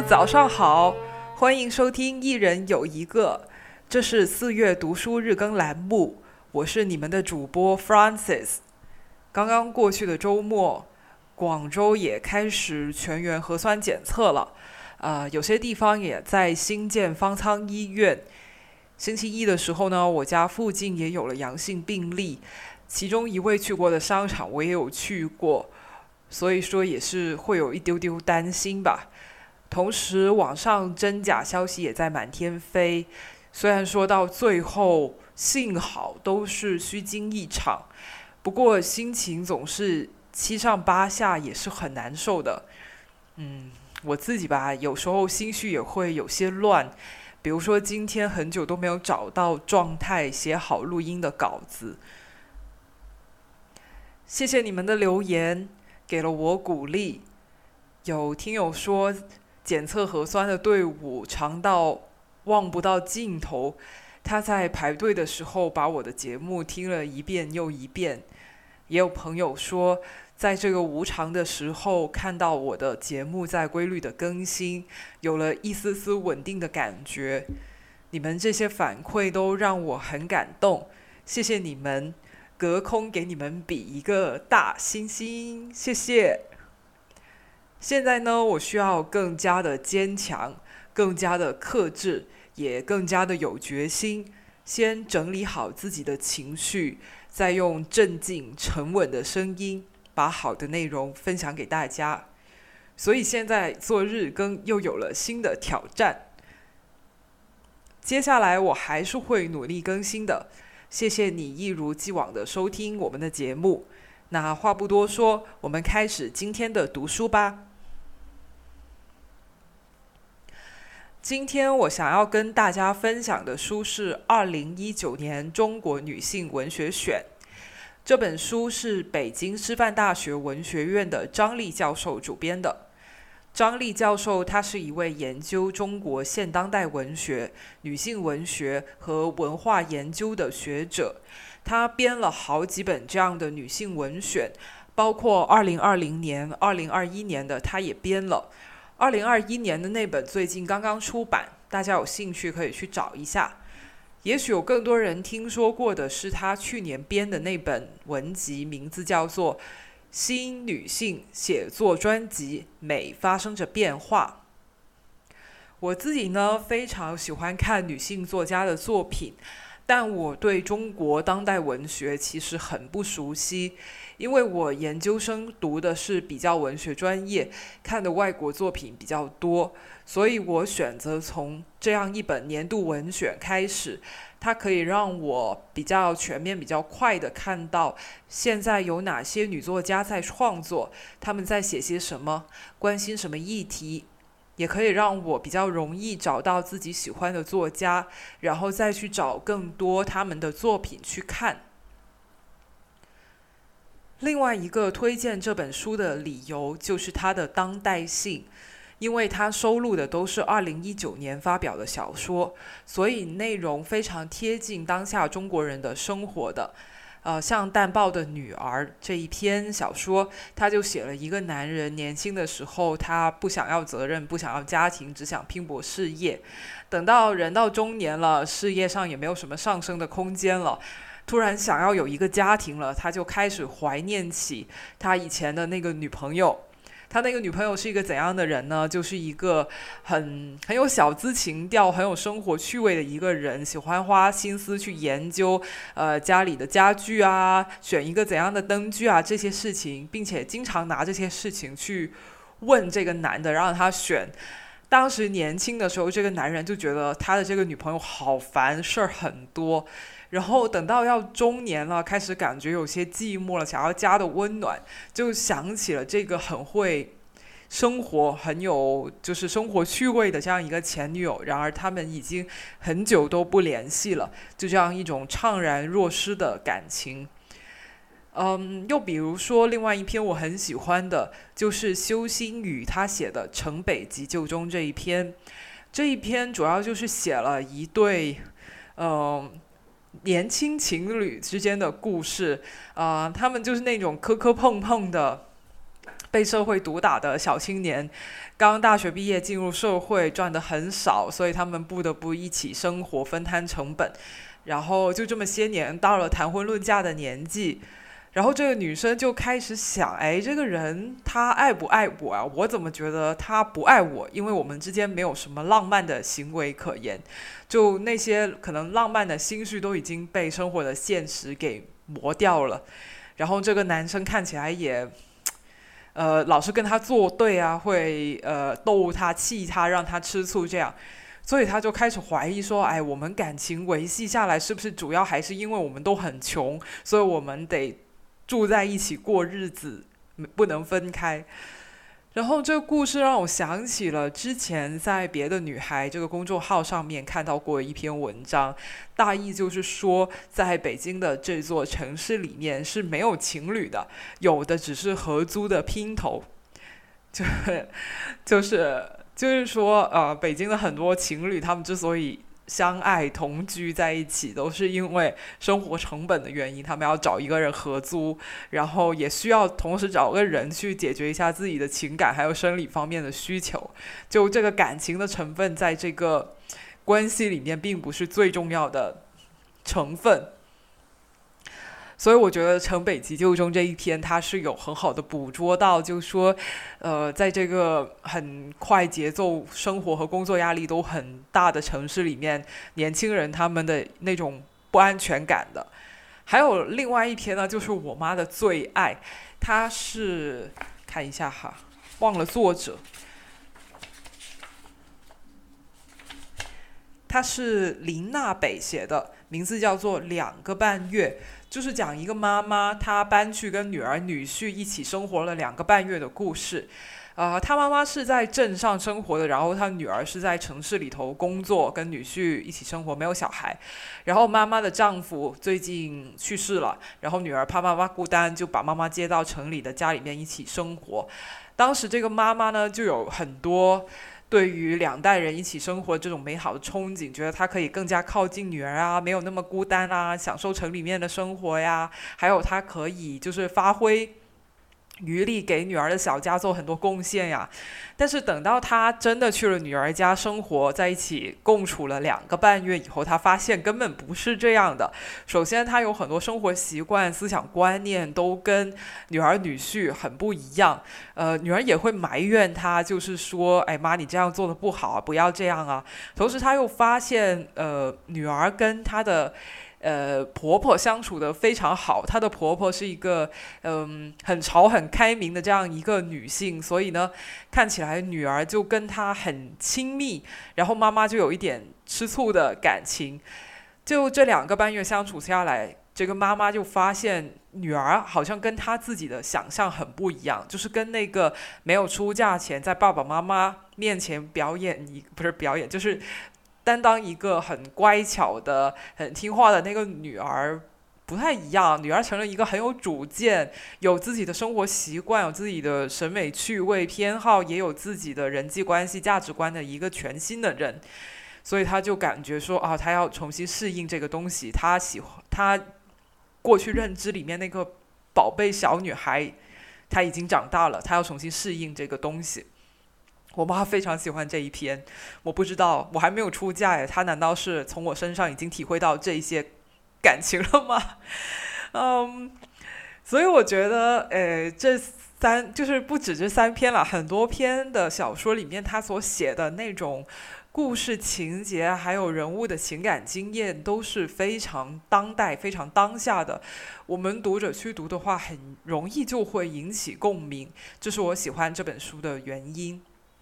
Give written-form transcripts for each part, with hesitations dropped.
早上好，欢迎收听一人有一个，这是4月读书日更栏目，我是你们的主播 Francis。 刚刚过去的周末，广州也开始全员核酸检测了，有些地方也在新建方舱医院。星期一的时候呢，我家附近也有了阳性病例，其中一位去过的商场我也有去过，所以说也是会有一丢丢担心吧。同时网上真假消息也在满天飞，虽然说到最后幸好都是虚惊一场，不过心情总是七上八下，也是很难受的。我自己吧，有时候心绪也会有些乱，比如说今天很久都没有找到状态写好录音的稿子。谢谢你们的留言，给了我鼓励。有听友说检测核酸的队伍长到望不到尽头，他在排队的时候把我的节目听了一遍又一遍。也有朋友说在这个无常的时候看到我的节目在规律的更新，有了一丝丝稳定的感觉。你们这些反馈都让我很感动，谢谢你们，隔空给你们比一个大星星，谢谢。现在呢，我需要更加的坚强，更加的克制，也更加的有决心，先整理好自己的情绪，再用镇静沉稳的声音把好的内容分享给大家。所以现在做日更又有了新的挑战，接下来我还是会努力更新的。谢谢你一如既往的收听我们的节目。那话不多说，我们开始今天的读书吧。今天我想要跟大家分享的书是2019年中国女性文学选。这本书是北京师范大学文学院的张丽教授主编的。张丽教授他是一位研究中国现当代文学、女性文学和文化研究的学者，他编了好几本这样的女性文选，包括2020年、2021年的他也编了。2021年的那本最近刚刚出版，大家有兴趣可以去找一下。也许有更多人听说过的是他去年编的那本文集，名字叫做《新女性写作专辑：美发生着变化》。我自己呢，非常喜欢看女性作家的作品，但我对中国当代文学其实很不熟悉，因为我研究生读的是比较文学专业，看的外国作品比较多，所以我选择从这样一本年度文选开始，它可以让我比较全面、比较快的看到现在有哪些女作家在创作，她们在写些什么，关心什么议题，也可以让我比较容易找到自己喜欢的作家，然后再去找更多他们的作品去看。另外一个推荐这本书的理由就是它的当代性，因为它收录的都是2019年发表的小说，所以内容非常贴近当下中国人的生活的。像《淡豹的女儿》这一篇小说，他就写了一个男人年轻的时候，他不想要责任，不想要家庭，只想拼搏事业。等到人到中年了，事业上也没有什么上升的空间了，突然想要有一个家庭了，他就开始怀念起他以前的那个女朋友。他那个女朋友是一个怎样的人呢？就是一个很有小资情调、很有生活趣味的一个人，喜欢花心思去研究家里的家具啊，选一个怎样的灯具啊，这些事情，并且经常拿这些事情去问这个男的，让他选。当时年轻的时候，这个男人就觉得他的这个女朋友好烦，事儿很多。然后等到要中年了，开始感觉有些寂寞了，想要家的温暖，就想起了这个很会生活、很有就是生活趣味的这样一个前女友。然而他们已经很久都不联系了，就这样一种怅然若失的感情。又比如说另外一篇我很喜欢的就是修心宇他写的《城北急救中》这一篇。这一篇主要就是写了一对年轻情侣之间的故事。他们就是那种磕磕碰碰的被社会毒打的小青年，刚大学毕业进入社会，赚得很少，所以他们不得不一起生活，分摊成本。然后就这么些年，到了谈婚论嫁的年纪，然后这个女生就开始想，哎，这个人他爱不爱我啊？我怎么觉得他不爱我？因为我们之间没有什么浪漫的行为可言，就那些可能浪漫的心绪都已经被生活的现实给磨掉了。然后这个男生看起来也老是跟他作对啊，会逗他气他，让他吃醋这样，所以他就开始怀疑说，哎，我们感情维系下来是不是主要还是因为我们都很穷，所以我们得住在一起过日子，不能分开。然后这个故事让我想起了之前在别的女孩这个公众号上面看到过一篇文章，大意就是说在北京的这座城市里面是没有情侣的，有的只是合租的姘头。就是说北京的很多情侣他们之所以相爱同居在一起，都是因为生活成本的原因，他们要找一个人合租，然后也需要同时找个人去解决一下自己的情感还有生理方面的需求。就这个感情的成分在这个关系里面并不是最重要的成分。所以我觉得城北急救中这一篇它是有很好的捕捉到，就是说在这个很快节奏生活和工作压力都很大的城市里面，年轻人他们的那种不安全感的。还有另外一篇呢，就是我妈的最爱，它是看一下哈，忘了作者，它是林娜北写的，名字叫做2个半月，就是讲一个妈妈她搬去跟女儿女婿一起生活了2个半月的故事。她妈妈是在镇上生活的，然后她女儿是在城市里头工作，跟女婿一起生活，没有小孩。然后妈妈的丈夫最近去世了，然后女儿怕妈妈孤单，就把妈妈接到城里的家里面一起生活。当时这个妈妈呢，就有很多对于2代人一起生活这种美好的憧憬，觉得她可以更加靠近女儿啊，没有那么孤单啊，享受城里面的生活呀，还有她可以就是发挥余力给女儿的小家做很多贡献呀。但是等到他真的去了女儿家生活，在一起共处了2个半月以后，他发现根本不是这样的。首先他有很多生活习惯思想观念都跟女儿女婿很不一样，女儿也会埋怨他，就是说，哎妈，你这样做的不好啊，不要这样啊。同时他又发现女儿跟他的婆婆相处的非常好，她的婆婆是一个很潮很开明的这样一个女性，所以呢看起来女儿就跟她很亲密，然后妈妈就有一点吃醋的感情。就这2个半月相处下来，这个妈妈就发现女儿好像跟她自己的想象很不一样，就是跟那个没有出嫁前在爸爸妈妈面前不是表演，就是担当一个很乖巧的很听话的那个女儿不太一样。女儿成了一个很有主见，有自己的生活习惯，有自己的审美趣味偏好，也有自己的人际关系价值观的一个全新的人。所以她就感觉说她要重新适应这个东西，她过去认知里面那个宝贝小女孩她已经长大了，她要重新适应这个东西。我妈非常喜欢这一篇，我不知道，我还没有出嫁耶，她难道是从我身上已经体会到这一些感情了吗？所以我觉得就是不止这3篇了，很多篇的小说里面他所写的那种故事情节还有人物的情感经验都是非常当代非常当下的，我们读者去读的话很容易就会引起共鸣，这是我喜欢这本书的原因。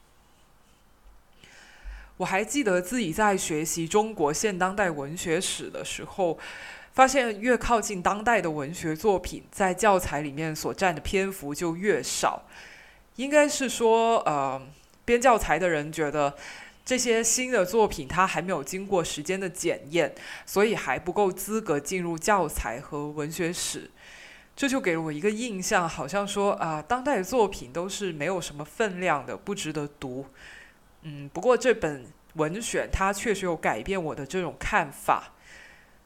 我还记得自己在学习中国现当代文学史的时候，发现越靠近当代的文学作品，在教材里面所占的篇幅就越少。应该是说编教材的人觉得这些新的作品它还没有经过时间的检验，所以还不够资格进入教材和文学史。这就给了我一个印象，好像说当代的作品都是没有什么分量的，不值得读。不过这本文选它确实有改变我的这种看法。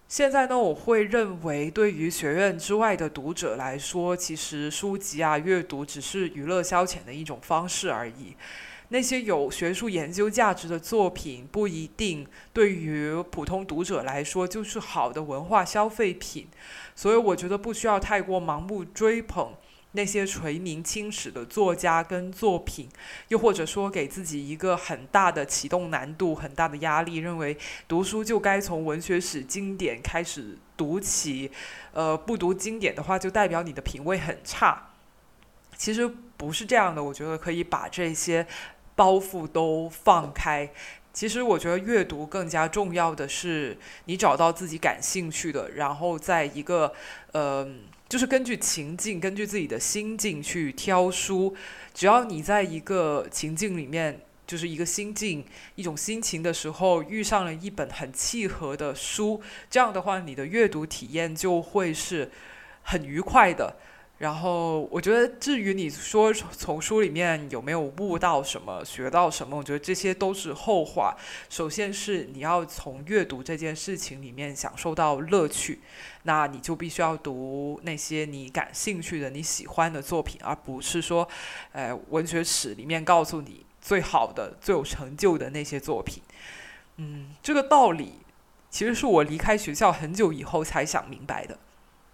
现在呢，我会认为对于学院之外的读者来说，其实书籍啊、阅读只是娱乐消遣的一种方式而已。那些有学术研究价值的作品，不一定对于普通读者来说就是好的文化消费品。所以我觉得不需要太过盲目追捧那些垂名青史的作家跟作品，又或者说给自己一个很大的启动难度、很大的压力，认为读书就该从文学史经典开始读起，不读经典的话就代表你的品味很差。其实不是这样的，我觉得可以把这些包袱都放开。其实我觉得阅读更加重要的是你找到自己感兴趣的，然后在一个就是根据情境、根据自己的心境去挑书。只要你在一个情境里面，就是一个心境、一种心情的时候，遇上了一本很契合的书，这样的话，你的阅读体验就会是很愉快的。然后我觉得，至于你说从书里面有没有悟到什么、学到什么，我觉得这些都是后话。首先是你要从阅读这件事情里面享受到乐趣，那你就必须要读那些你感兴趣的、你喜欢的作品，而不是说，文学史里面告诉你最好的、最有成就的那些作品。这个道理其实是我离开学校很久以后才想明白的。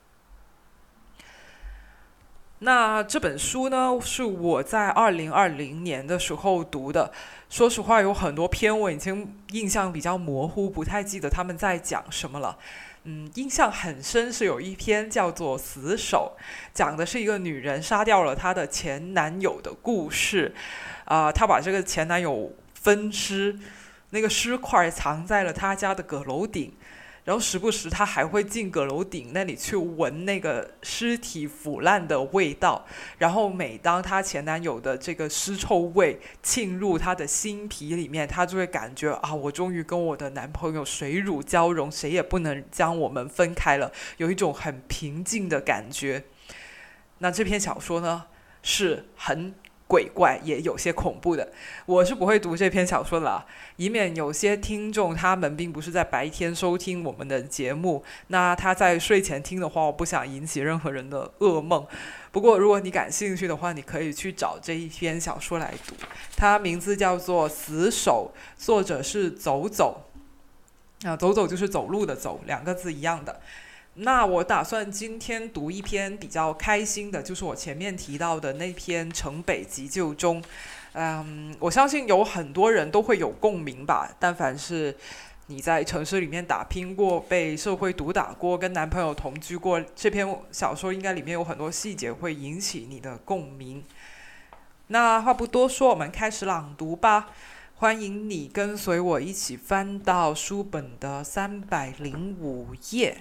那这本书呢，是我在2020年的时候读的。说实话，有很多篇我已经印象比较模糊，不太记得他们在讲什么了。印象很深是有一篇叫做《死守》，讲的是一个女人杀掉了她的前男友的故事。她把这个前男友分尸，那个尸块藏在了她家的阁楼顶。然后时不时他还会进阁楼顶那里去闻那个尸体腐烂的味道，然后每当他前男友的这个尸臭味沁入他的心脾里面，他就会感觉我终于跟我的男朋友水乳交融，谁也不能将我们分开了，有一种很平静的感觉。那这篇小说呢，是很鬼怪，也有些恐怖的。我是不会读这篇小说的啦，以免有些听众他们并不是在白天收听我们的节目，那他在睡前听的话，我不想引起任何人的噩梦。不过如果你感兴趣的话，你可以去找这一篇小说来读，它名字叫做《死守》，作者是走走。走走就是走路的走，两个字一样的。那我打算今天读一篇比较开心的，就是我前面提到的那篇《城北急救中》。我相信有很多人都会有共鸣吧，但凡是你在城市里面打拼过，被社会毒打过，跟男朋友同居过，这篇小说应该里面有很多细节会引起你的共鸣。那话不多说，我们开始朗读吧。欢迎你跟随我一起翻到书本的305页。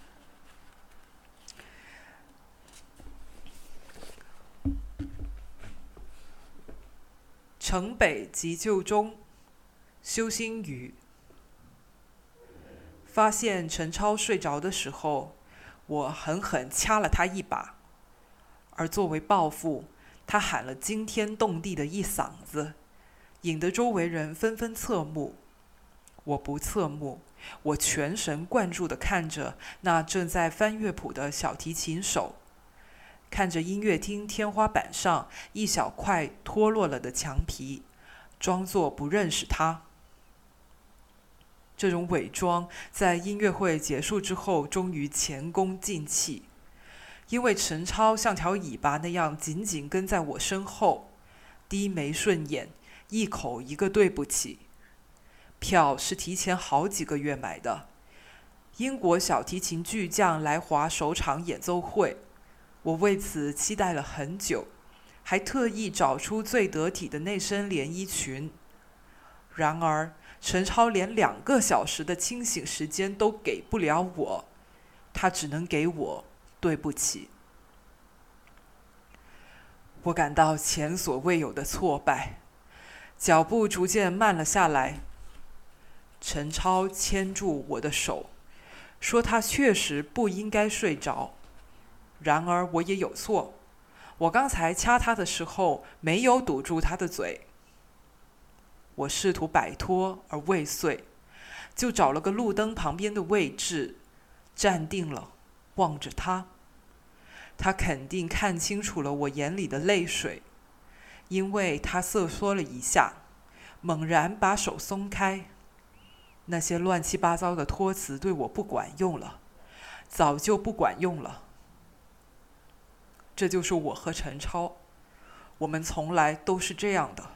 城北急救中，修心语。发现陈超睡着的时候，我狠狠掐了他一把，而作为报复，他喊了惊天动地的一嗓子，引得周围人纷纷侧目。我不侧目，我全神贯注地看着那正在翻乐谱的小提琴手，看着音乐厅天花板上一小块脱落了的墙皮，装作不认识他。这种伪装在音乐会结束之后终于前功尽弃，因为陈超像条尾巴那样紧紧跟在我身后，低眉顺眼，一口一个对不起。票是提前好几个月买的，英国小提琴巨匠来华首场演奏会，我为此期待了很久，还特意找出最得体的那身连衣裙。然而陈超连2个小时的清醒时间都给不了我，他只能给我对不起。我感到前所未有的挫败，脚步逐渐慢了下来。陈超牵住我的手，说他确实不应该睡着。然而我也有错，我刚才掐他的时候没有堵住他的嘴。我试图摆脱而未遂，就找了个路灯旁边的位置， 站定了，望着他。他肯定看清楚了我眼里的泪水，因为他瑟缩了一下，猛然把手松开。那些乱七八糟的托词对我不管用了，早就不管用了。这就是我和陈超，我们从来都是这样的。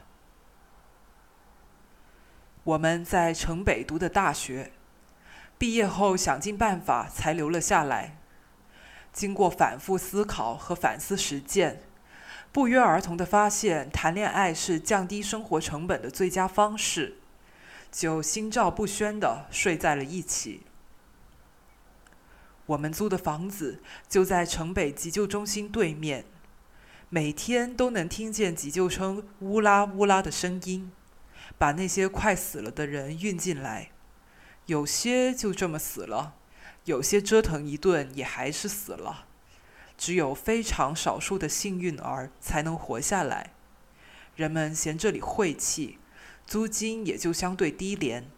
我们在城北读的大学，毕业后想尽办法才留了下来。经过反复思考和反思实践，不约而同地发现谈恋爱是降低生活成本的最佳方式，就心照不宣地睡在了一起。我们租的房子就在城北急救中心对面，每天都能听见急救车呜啦呜啦的声音，把那些快死了的人运进来。有些就这么死了，有些折腾一顿也还是死了，只有非常少数的幸运儿才能活下来。人们嫌这里晦气，租金也就相对低廉。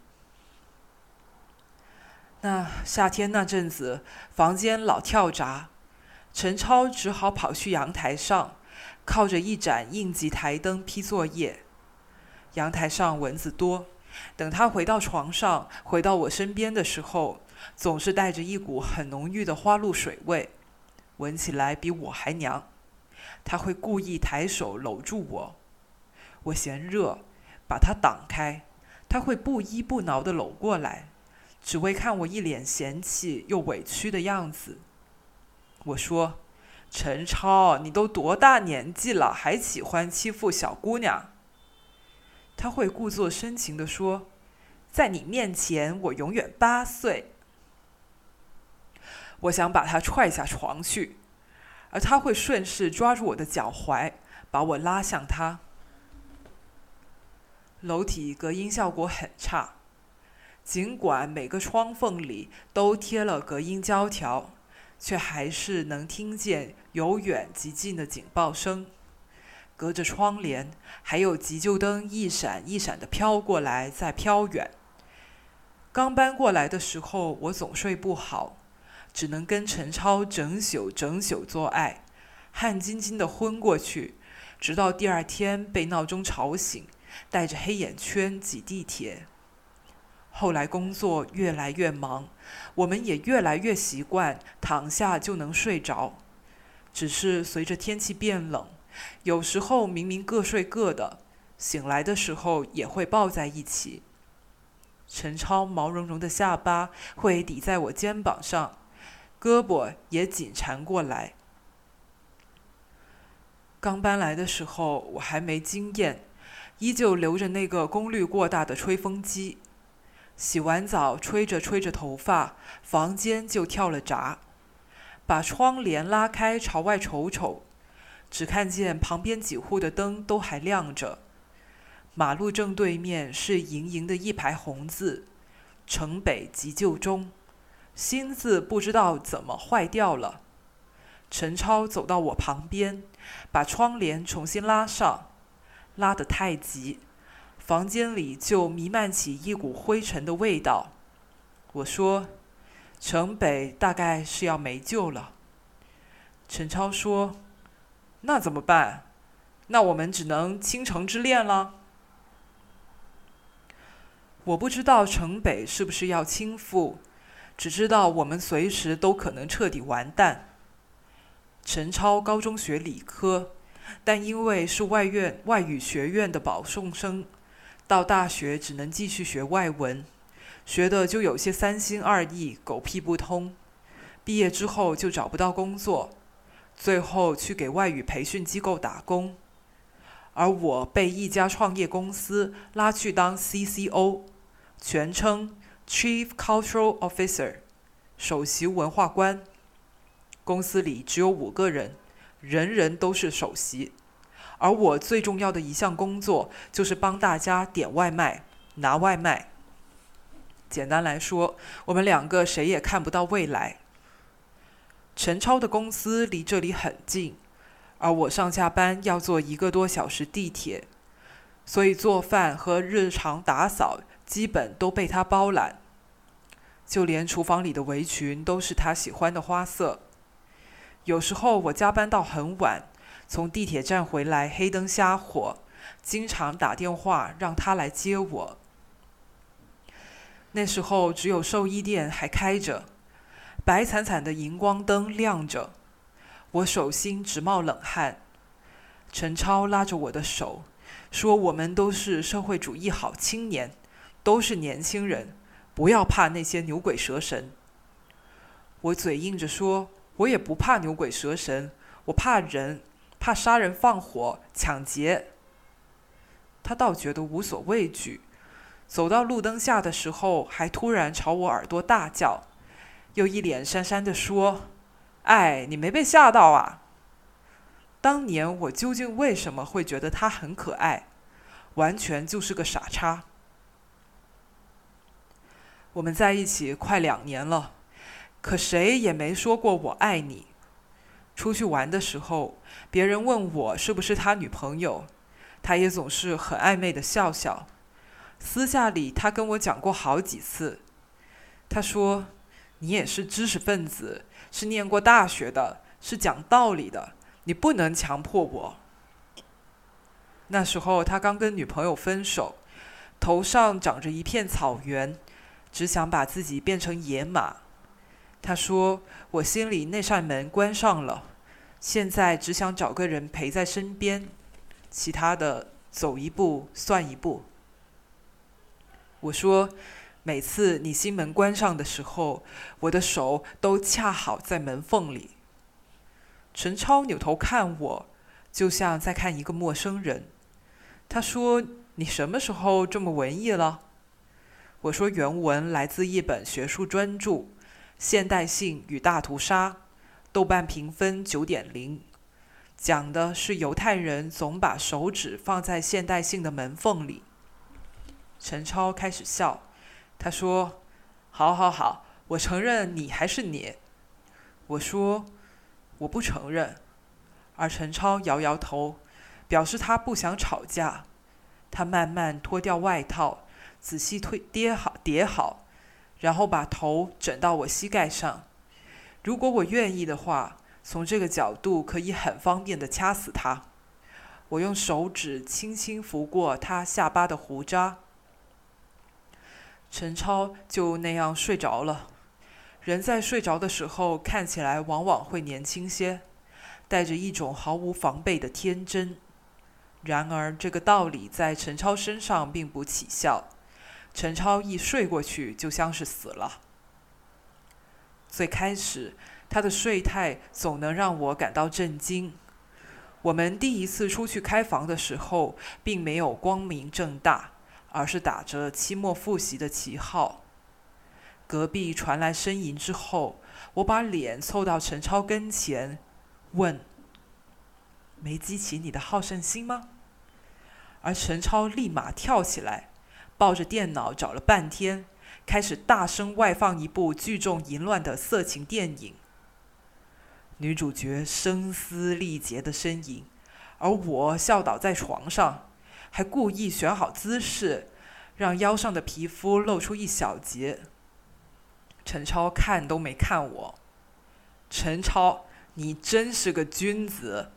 那夏天那阵子，房间老跳闸，陈超只好跑去阳台上，靠着一盏应急台灯批作业。阳台上蚊子多，等他回到床上，回到我身边的时候，总是带着一股很浓郁的花露水味，闻起来比我还娘。他会故意抬手搂住我，我嫌热，把他挡开，他会不依不挠地搂过来，只为看我一脸嫌弃又委屈的样子。我说：陈超，你都多大年纪了，还喜欢欺负小姑娘？他会故作深情地说：在你面前我永远8岁。我想把他踹下床去，而他会顺势抓住我的脚踝，把我拉向他。楼体隔音效果很差，尽管每个窗缝里都贴了隔音胶条，却还是能听见由远及近的警报声。隔着窗帘，还有急救灯一闪一闪地飘过来再飘远。刚搬过来的时候，我总睡不好，只能跟陈超整宿做爱，汗津津地昏过去，直到第二天被闹钟吵醒，带着黑眼圈挤地铁。后来工作越来越忙，我们也越来越习惯躺下就能睡着。只是随着天气变冷，有时候明明各睡各的，醒来的时候也会抱在一起。陈超毛茸茸的下巴会抵在我肩膀上，胳膊也紧缠过来。刚搬来的时候我还没经验，依旧留着那个功率过大的吹风机。洗完澡吹着头发，房间就跳了闸。把窗帘拉开朝外瞅瞅，只看见旁边几户的灯都还亮着。马路正对面是盈盈的一排红字：城北急救中。新字不知道怎么坏掉了。陈超走到我旁边，把窗帘重新拉上，拉得太急，房间里就弥漫起一股灰尘的味道。我说：城北大概是要没救了。陈超说：那怎么办？那我们只能倾城之恋了。我不知道城北是不是要倾覆，只知道我们随时都可能彻底完蛋。陈超高中学理科，但因为是外语学院的保送生，到大学只能继续学外文，学的就有些三心二意，狗屁不通。毕业之后就找不到工作，最后去给外语培训机构打工。而我被一家创业公司拉去当 CCO， 全称 Chief Cultural Officer， 首席文化官。公司里只有5个人，人人都是首席。而我最重要的一项工作就是帮大家点外卖、拿外卖。简单来说，我们2个谁也看不到未来。陈超的公司离这里很近，而我上下班要坐1个多小时地铁，所以做饭和日常打扫基本都被他包揽。 就连厨房里的围裙都是他喜欢的花色。有时候我加班到很晚，从地铁站回来黑灯瞎火，经常打电话让他来接我。那时候只有寿衣店还开着，白惨惨的荧光灯亮着，我手心直冒冷汗。陈超拉着我的手，说我们都是社会主义好青年，都是年轻人，不要怕那些牛鬼蛇神。我嘴硬着说，我也不怕牛鬼蛇神，我怕人，怕杀人放火、抢劫。他倒觉得无所畏惧，走到路灯下的时候，还突然朝我耳朵大叫，又一脸讪讪地说：“哎，你没被吓到啊？”当年我究竟为什么会觉得他很可爱？完全就是个傻叉。我们在一起快2年了，可谁也没说过我爱你。出去玩的时候，别人问我是不是他女朋友，他也总是很暧昧的笑笑。私下里他跟我讲过好几次，他说：“你也是知识分子，是念过大学的，是讲道理的，你不能强迫我。”那时候他刚跟女朋友分手，头上长着一片草原，只想把自己变成野马。他说：“我心里那扇门关上了，现在只想找个人陪在身边，其他的走一步算一步。”我说：“每次你心门关上的时候，我的手都恰好在门缝里。”陈超扭头看我，就像在看一个陌生人。他说：“你什么时候这么文艺了？”我说原文来自一本学术专著《现代性与大屠杀》，豆瓣评分9.0，讲的是犹太人总把手指放在现代性的门缝里。陈超开始笑，他说：“好好好，我承认你还是你。”我说：“我不承认。”而陈超摇摇头，表示他不想吵架。他慢慢脱掉外套，仔细叠好，然后把头枕到我膝盖上。如果我愿意的话，从这个角度可以很方便地掐死他。我用手指轻轻拂过他下巴的胡渣。陈超就那样睡着了。人在睡着的时候看起来往往会年轻些，带着一种毫无防备的天真。然而这个道理在陈超身上并不起效，陈超一睡过去就像是死了。最开始他的睡态总能让我感到震惊。我们第一次出去开房的时候，并没有光明正大，而是打着期末复习的旗号。隔壁传来呻吟之后，我把脸凑到陈超跟前，问：“没激起你的好胜心吗？”而陈超立马跳起来，抱着电脑找了半天，开始大声外放一部聚众淫乱的色情电影。女主角声嘶力竭的呻吟，而我笑倒在床上，还故意选好姿势，让腰上的皮肤露出一小截。陈超看都没看我。陈超，你真是个君子。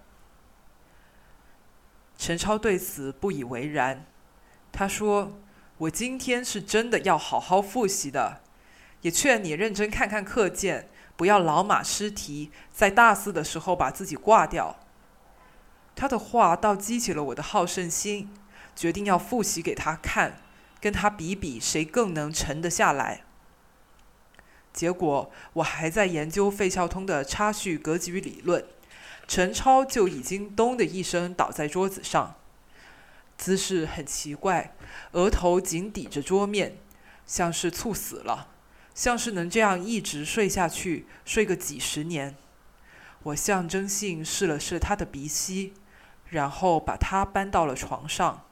陈超对此不以为然，他说：“我今天是真的要好好复习的，也劝你认真看看课件，不要老马失蹄，在大4的时候把自己挂掉。”他的话倒激起了我的好胜心，决定要复习给他看，跟他比比谁更能沉得下来。结果我还在研究费孝通的差序格局理论，陈超就已经咚的一声倒在桌子上，姿势很奇怪，额头紧抵着桌面，像是猝死了，像是能这样一直睡下去，睡个几10年。我象征性试了试他的鼻息，然后把他搬到了床上。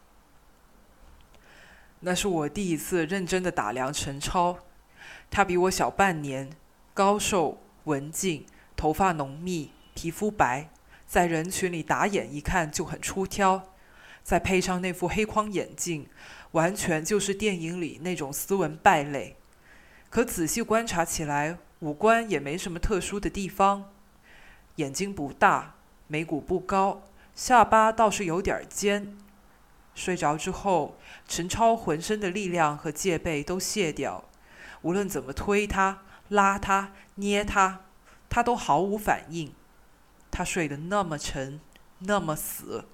那是我第一次认真的打量陈超，他比我小半年，高瘦文静，头发浓密，皮肤白，在人群里打眼一看就很出挑，再配上那副黑框眼镜，完全就是电影里那种斯文败类。 可仔细观察起来，五官也没什么特殊的地方，眼睛不大，眉骨不高，下巴倒是有点尖。睡着之后，陈超浑身的力量和戒备都卸掉，无论怎么推他、拉他、捏他，他都毫无反应。他睡得那么沉，那么死。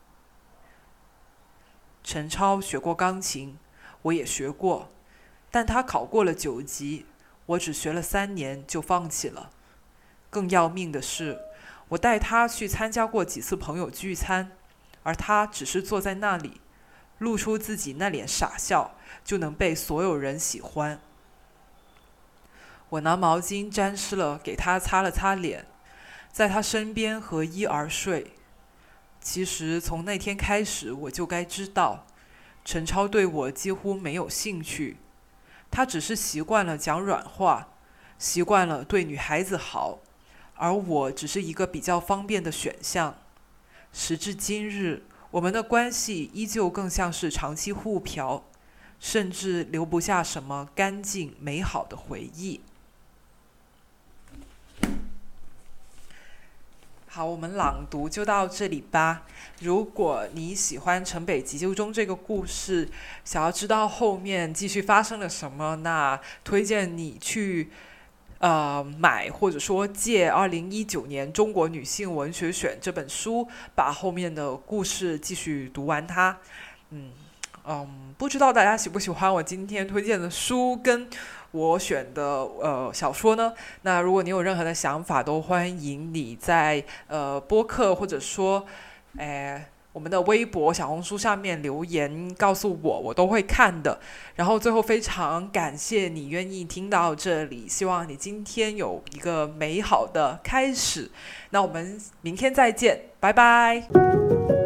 陈超学过钢琴，我也学过，但他考过了9级，我只学了3年就放弃了。更要命的是，我带他去参加过几次朋友聚餐，而他只是坐在那里，露出自己那脸傻笑，就能被所有人喜欢。我拿毛巾沾湿了，给他擦了擦脸，在他身边合衣而睡。其实从那天开始，我就该知道，陈超对我几乎没有兴趣，他只是习惯了讲软话，习惯了对女孩子好，而我只是一个比较方便的选项。时至今日，我们的关系依旧更像是长期互嫖，甚至留不下什么干净美好的回忆。好，我们朗读就到这里吧。如果你喜欢城北急救中这个故事，想要知道后面继续发生了什么，那推荐你去买或者说借2019年中国女性文学选这本书，把后面的故事继续读完它。不知道大家喜不喜欢我今天推荐的书跟我选的小说呢？那如果你有任何的想法，都欢迎你在播客或者说我们的微博、小红书上面留言告诉我，我都会看的。然后最后非常感谢你愿意听到这里，希望你今天有一个美好的开始。那我们明天再见，拜拜。